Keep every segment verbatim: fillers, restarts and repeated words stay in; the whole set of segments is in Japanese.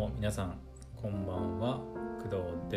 も皆さんこんばんは、工藤です。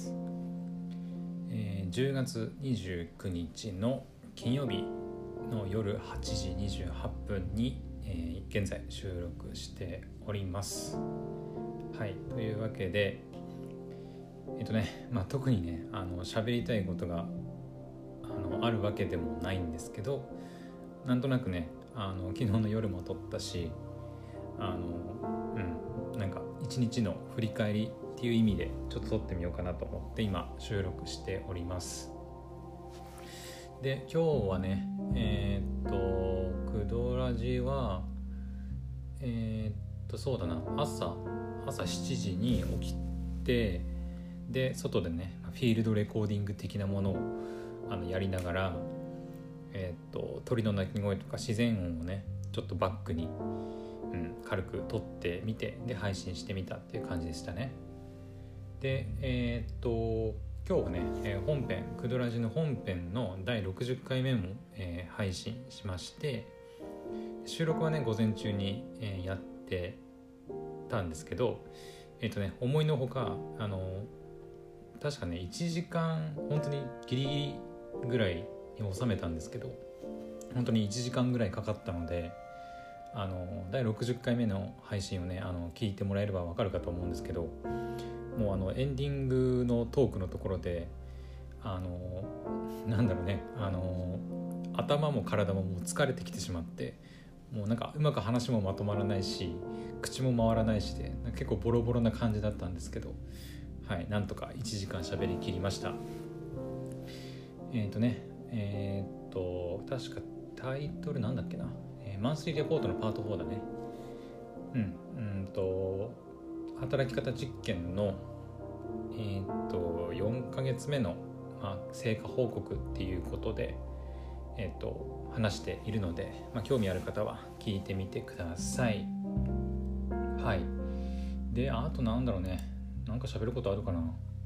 えー、じゅうがつにじゅうくにちの金曜日の夜はちじにじゅうはっぷんに、えー、現在収録しております。はい、というわけでえっとね、まあ、特にねあの喋りたいことがあのあるわけでもないんですけど、なんとなくねあの昨日の夜も撮ったし、あのうんなんか一日の振り返りっていう意味でちょっと撮ってみようかなと思って今収録しております。で今日はねえー、っとクドラジはえー、っとそうだな朝朝しちじに起きて、で外でねフィールドレコーディング的なものをあのやりながら、えー、っと鳥の鳴き声とか自然音をねちょっとバックにうん、軽く撮ってみて、で配信してみたっていう感じでしたね。でえー、っと今日はね、えー、本編クドラジの本編のだいろくじゅっかいめも、えー、配信しまして、収録はね午前中に、えー、やってたんですけど、えー、っとね思いのほかあの確かねいちじかん本当にギリギリぐらいに収めたんですけど、本当にいちじかんぐらいかかったので、あのだいろくじゅっかいめの配信をねあの聞いてもらえればわかるかと思うんですけど、もうあのエンディングのトークのところであのなんだろうねあの頭も体ももう疲れてきてしまって、もうなんかうまく話もまとまらないし口も回らないしで結構ボロボロな感じだったんですけど、はいなんとかいちじかん喋りきりました。えっ、ー、とねえっ、ー、と確かタイトルなんだっけな、マンスリーレポートのパートフォーだね。うん、うんと働き方実験のえっとよんかげつめの、まあ、成果報告っていうことでえっと話しているので、まあ、興味ある方は聞いてみてください。はい。で、あとなんだろうね、なんか喋ることあるかな。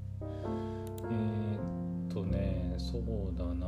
えー、っとね、そうだな。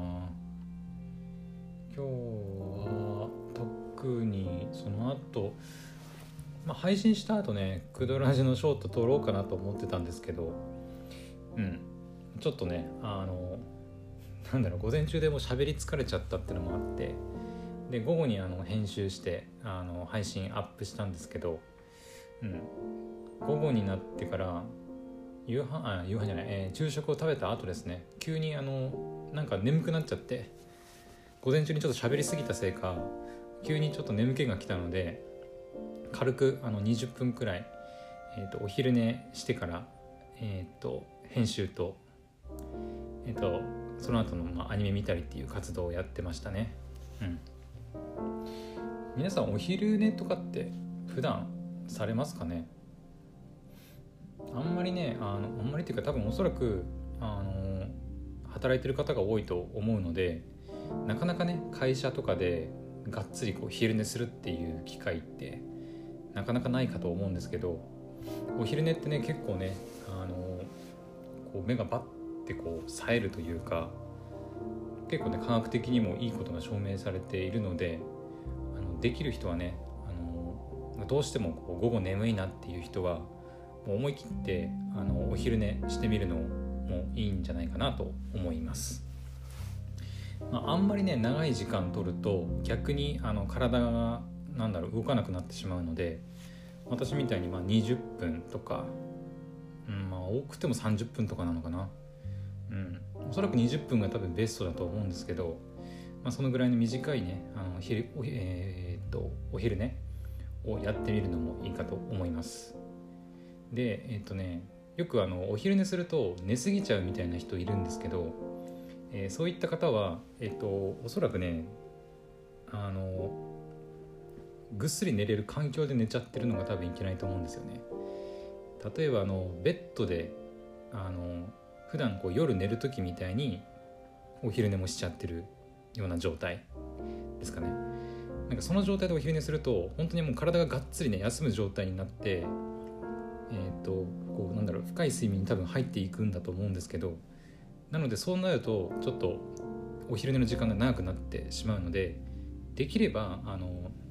今日は特にその後、まあ、配信した後ねクドラジのショート撮ろうかなと思ってたんですけど、うんちょっとねあのなんだろう午前中でも喋り疲れちゃったっていうのもあって、で午後にあの編集してあの配信アップしたんですけど、うん午後になってから夕飯あ夕飯じゃない、えー、昼食を食べた後ですね、急にあのなんか眠くなっちゃって、午前中にちょっと喋りすぎたせいか急にちょっと眠気が来たので、軽くあのにじゅっぷんくらい、えー、とお昼寝してから、えー、と編集と、えー、とその後の、まあ、アニメ見たりっていう活動をやってましたね。うん。皆さんお昼寝とかって普段されますかね。あんまりねあのあんまりっていうか多分おそらくあの働いてる方が多いと思うので、なかなかね会社とかでがっつりこう昼寝するっていう機会ってなかなかないかと思うんですけど、お昼寝ってね結構ねあのこう目がバッてこう冴えるというか、結構ね科学的にもいいことが証明されているので、あのできる人はねあのどうしてもこう午後眠いなっていう人はもう思い切ってあのお昼寝してみるのもいいんじゃないかなと思います。まあ、あんまりね長い時間取ると逆にあの体がなんだろう動かなくなってしまうので、私みたいにまあにじゅっぷんとか、うんまあ、多くてもさんじゅっぷんとかなのかな、うん、おそらくにじゅっぷんが多分ベストだと思うんですけど、まあ、そのぐらいの短いねあの昼お,、えー、っとお昼寝をやってみるのもいいかと思います。でえー、っとねよくあのお昼寝すると寝すぎちゃうみたいな人いるんですけど、えー、そういった方は、えー、っとおそらくねあのぐっすり寝れる環境で寝ちゃってるのが多分いけないと思うんですよね。例えばあのベッドであの普段こう夜寝る時みたいにお昼寝もしちゃってるような状態ですかね。なんかその状態でお昼寝すると本当にもう体ががっつりね休む状態になって、えー、とこうなんだろう深い睡眠に多分入っていくんだと思うんですけど、なのでそうなるとちょっとお昼寝の時間が長くなってしまうので、できればあの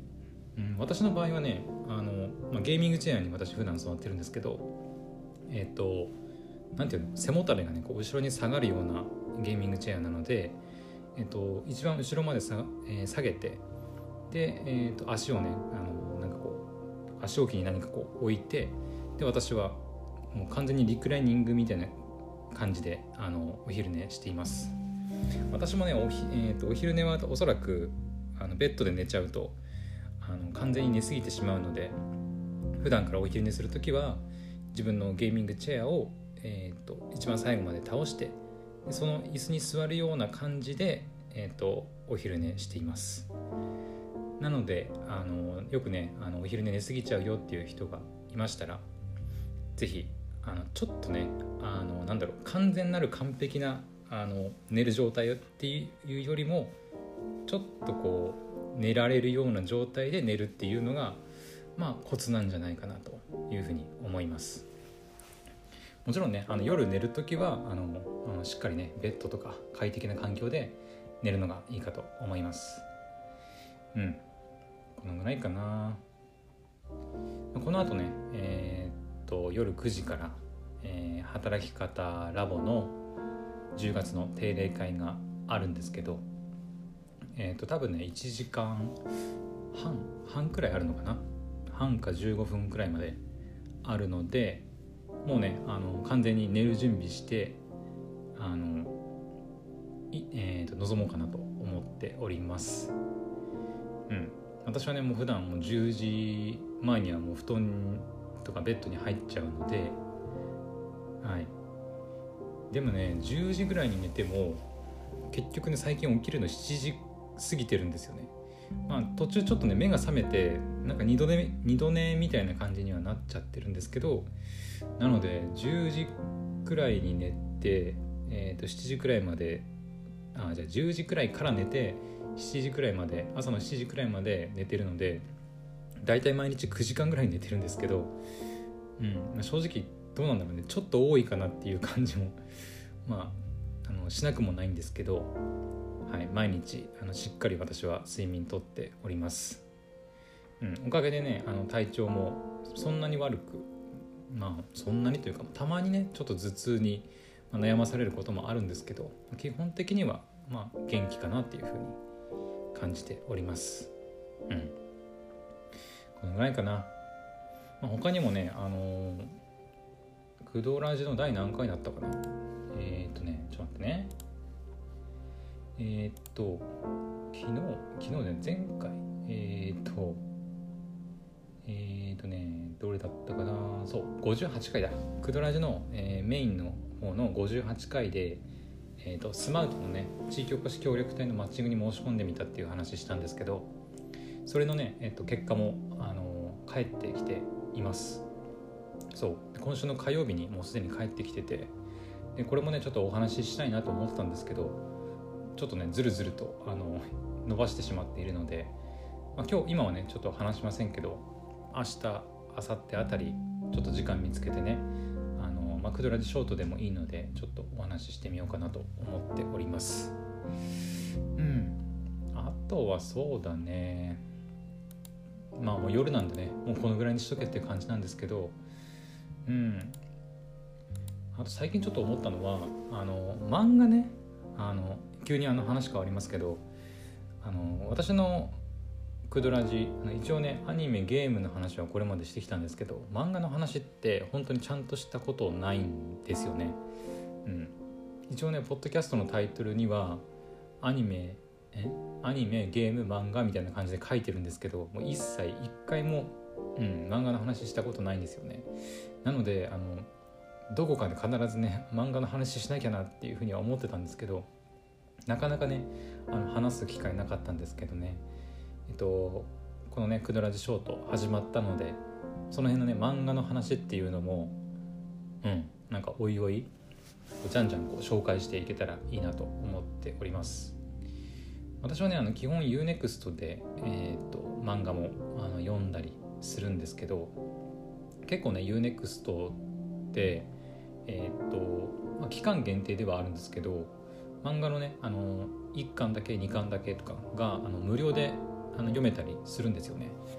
うん、私の場合はねあの、まあ、ゲーミングチェアに私普段座ってるんですけど、えっとなんていうの、背もたれがねこう後ろに下がるようなゲーミングチェアなので、えっと、一番後ろまでさ、えー、下げてで、えっと、足をねあのなんかこう足置きに何かこう置いて、で私はもう完全にリクライニングみたいな感じであのお昼寝しています。私もね お,、えー、とお昼寝はおそらくあのベッドで寝ちゃうとあの完全に寝すぎてしまうので、普段からお昼寝するときは自分のゲーミングチェアを、えー、と一番最後まで倒して、でその椅子に座るような感じで、えー、とお昼寝しています。なのであのよくねあのお昼寝寝すぎちゃうよっていう人がいましたら、ぜひあのちょっとねあのなんだろう完全なる完璧なあの寝る状態っていうよりも、ちょっとこう寝られるような状態で寝るっていうのがまあコツなんじゃないかなというふうに思います。もちろんねあの夜寝るときはあのあのしっかりねベッドとか快適な環境で寝るのがいいかと思います。うんこのぐらいかな。この後ねえー、っと夜くじから、えー、働き方ラボのじゅうがつの定例会があるんですけど、えー、と多分ねいちじかんはん半くらいあるのかな、半かじゅうごふんくらいまであるので、もうねあの完全に寝る準備してあの、えー、と臨もうかなと思っております。うん私はねもう普段もうじゅうじまえにはもう布団とかベッドに入っちゃうので、はいでもねじゅうじぐらいに寝ても結局ね最近起きるのしちじ過ぎてるんですよね。まあ途中ちょっとね目が覚めてなんか二度寝二度寝みたいな感じにはなっちゃってるんですけど、なのでじゅうじくらいに寝て、えー、としちじくらいまであじゃあじゅうじくらいから寝てしちじくらいまで朝のしちじくらいまで寝てるので、だいたい毎日くじかんぐらい寝てるんですけど、うん、正直どうなんだろうねちょっと多いかなっていう感じもまあ、あのしなくもないんですけど、はい、毎日あのしっかり私は睡眠とっております。うん、おかげでねあの体調もそんなに悪くまあそんなにというかたまにねちょっと頭痛に悩まされることもあるんですけど、基本的にはまあ元気かなっていうふうに感じております。うん、このぐらいかな。まあ、他にもねあのー、クドラジの第何回だったかな。えーっとねちょっと待ってねえーっと昨日昨日ね前回えーっとえーっとねどれだったかな。そうごじゅうはちかいだ。クドラジの、えー、メインの方のごじゅうはちかいで、えーっとスマウトのね地域おこし協力隊のマッチングに申し込んでみたっていう話したんですけど、それのね、えーっと結果もあのー、返ってきています。そう今週の火曜日にもうすでに帰ってきてて、でこれもねちょっとお話ししたいなと思ってたんですけど、ちょっとねずるずるとあの伸ばしてしまっているので、まあ、今日今はねちょっと話しませんけど、明日明後日あたりちょっと時間見つけてねあの、まあ、クドラジショートでもいいのでちょっとお話ししてみようかなと思っております。うんあとはそうだねまあもう夜なんでねもうこのぐらいにしとけっていう感じなんですけど、うんあと最近ちょっと思ったのはあの漫画ねあの急にあの話変わりますけど、あの私のクドラジ一応ねアニメゲームの話はこれまでしてきたんですけど、漫画の話って本当にちゃんとしたことないんですよね。うん、一応ねポッドキャストのタイトルにはアニメえアニメゲーム漫画みたいな感じで書いてるんですけど、もう一切一回も、うん、漫画の話したことないんですよね。なのであのどこかで必ずね漫画の話しなきゃなっていうふうには思ってたんですけど、なかなかねあの話す機会なかったんですけどね、えっとこのねクドラジショート始まったので、その辺のね漫画の話っていうのもうんなんかおいおいじゃんじゃんこう紹介していけたらいいなと思っております。私はねあの基本 ユーネクスト で、えー、と漫画もあの読んだりするんですけど、結構ね ユーネクスト ってえー、っとまあ、期間限定ではあるんですけど、漫画のねあのいっかんだけにかんだけとかがあの無料であの読めたりするんですよね。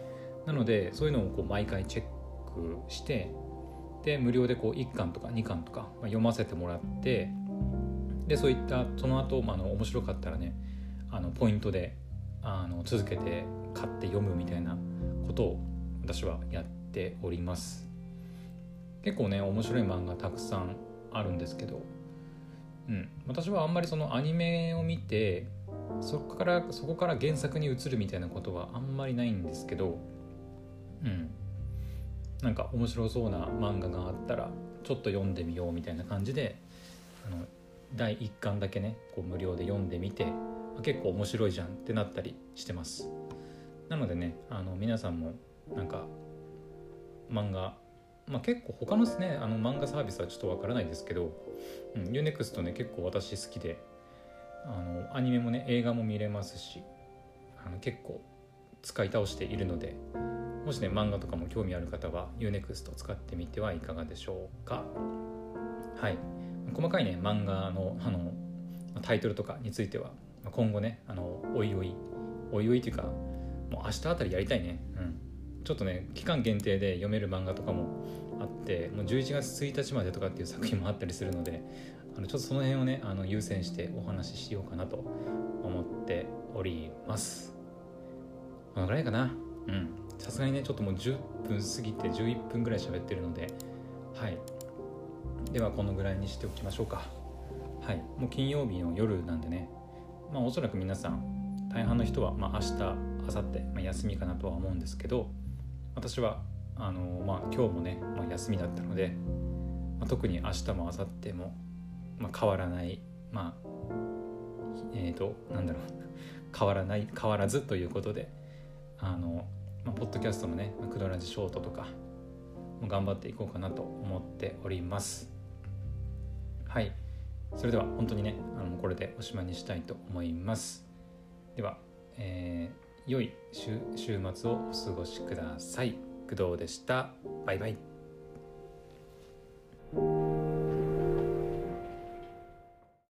なのでそういうのをこう毎回チェックして、で無料でこういっかんとかにかんとか読ませてもらって、でそういったその後、まあ、あの面白かったらねあのポイントであの続けて買って読むみたいなことを私はやっております。結構ね面白い漫画たくさんあるんですけど、うん、私はあんまりそのアニメを見てそこからそこから原作に移るみたいなことはあんまりないんですけど、うん、なんか面白そうな漫画があったらちょっと読んでみようみたいな感じで、あのだいいっかんだけねこう無料で読んでみて、結構面白いじゃんってなったりしてます。なのでねあの皆さんもなんか漫画、まあ、結構他のですねあの漫画サービスはちょっとわからないですけど、うん、ユーネクストね結構私好きで、あのアニメもね映画も見れますし、あの結構使い倒しているので、もしね漫画とかも興味ある方は ユーネクスト 使ってみてはいかがでしょうか。はい、細かいね漫画のあのタイトルとかについては今後ねあのおいおいおいおいというかもう明日あたりやりたいね、うん、ちょっとね期間限定で読める漫画とかもあって、もうじゅういちがつついたちまでとかっていう作品もあったりするので、あのちょっとその辺をねあの優先してお話ししようかなと思っております。このぐらいかな。うん、さすがにねちょっともうじゅっぷん過ぎてじゅういっぷんぐらい喋ってるので、はい、ではこのぐらいにしておきましょうか。はい、もう金曜日の夜なんでね、まあおそらく皆さん大半の人はまあ明日明後日、まあ、休みかなとは思うんですけど、私はあのまあ今日もね、まあ、休みだったので、まあ、特に明日も明後日も、まあ、変わらないまあえっ、ー、となんだろう変わらない変わらずということで、あの、まあ、ポッドキャストのねクドラジショートとかも頑張っていこうかなと思っております。はい、それでは本当にねあのこれでおしまいにしたいと思います。では、えー、良い 週, 週末をお過ごしください。工藤でした。バイバイ。